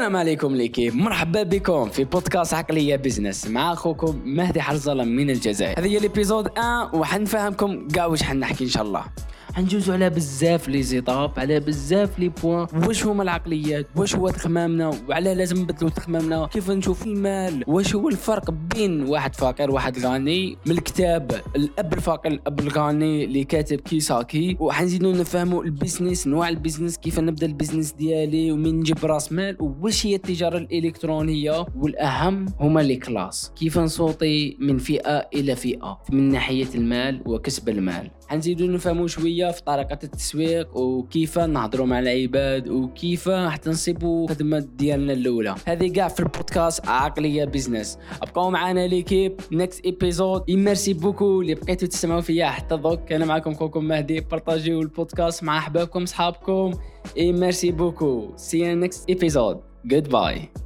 السلام عليكم ليكيب، مرحبا بكم في بودكاست عقلية بزنس مع أخوكم مهدي حرزلة من الجزائر. هذه هي الابيزود 1 وحنفهمكم كاع واش حنحكي إن شاء الله. حنجوزوا على بزاف لي زيطاب، على بزاف لي بوين، واش هما العقليات، واش هو تخمامنا وعلى لازم نبدلوا تخمامنا، كيف نشوف المال، واش هو الفرق بين واحد فقير وواحد غني، من الكتاب الاب الفقير الاب الغني اللي كاتب كيساكي. وحنزيدوا نفهموا البيزنس، نوع البيزنس، كيف نبدا البيزنس ديالي ومن نجيب راس مال، وواش هي التجاره الالكترونيه، والاهم هما لي كلاس، كيف نصوتي من فئه الى فئه من ناحيه المال وكسب المال. حنزيدوا نفهموا شويه في طريقه التسويق وكيف نهضروا مع العباد وكيف حتى نصيبوا الخدمه ديالنا الاولى. هذه كاع في البودكاست عقليه بزنس. ابقوا معنا ليكيب نيكست ايبيزود. ميرسي بوكو اللي بقيتوا تسمعوا فيا حتى دوك. انا معكم خوكم مهدي. بارطاجيو البودكاست مع احبابكم اصحابكم. ميرسي بوكو. سي يو نيكست ايبيزود. Goodbye.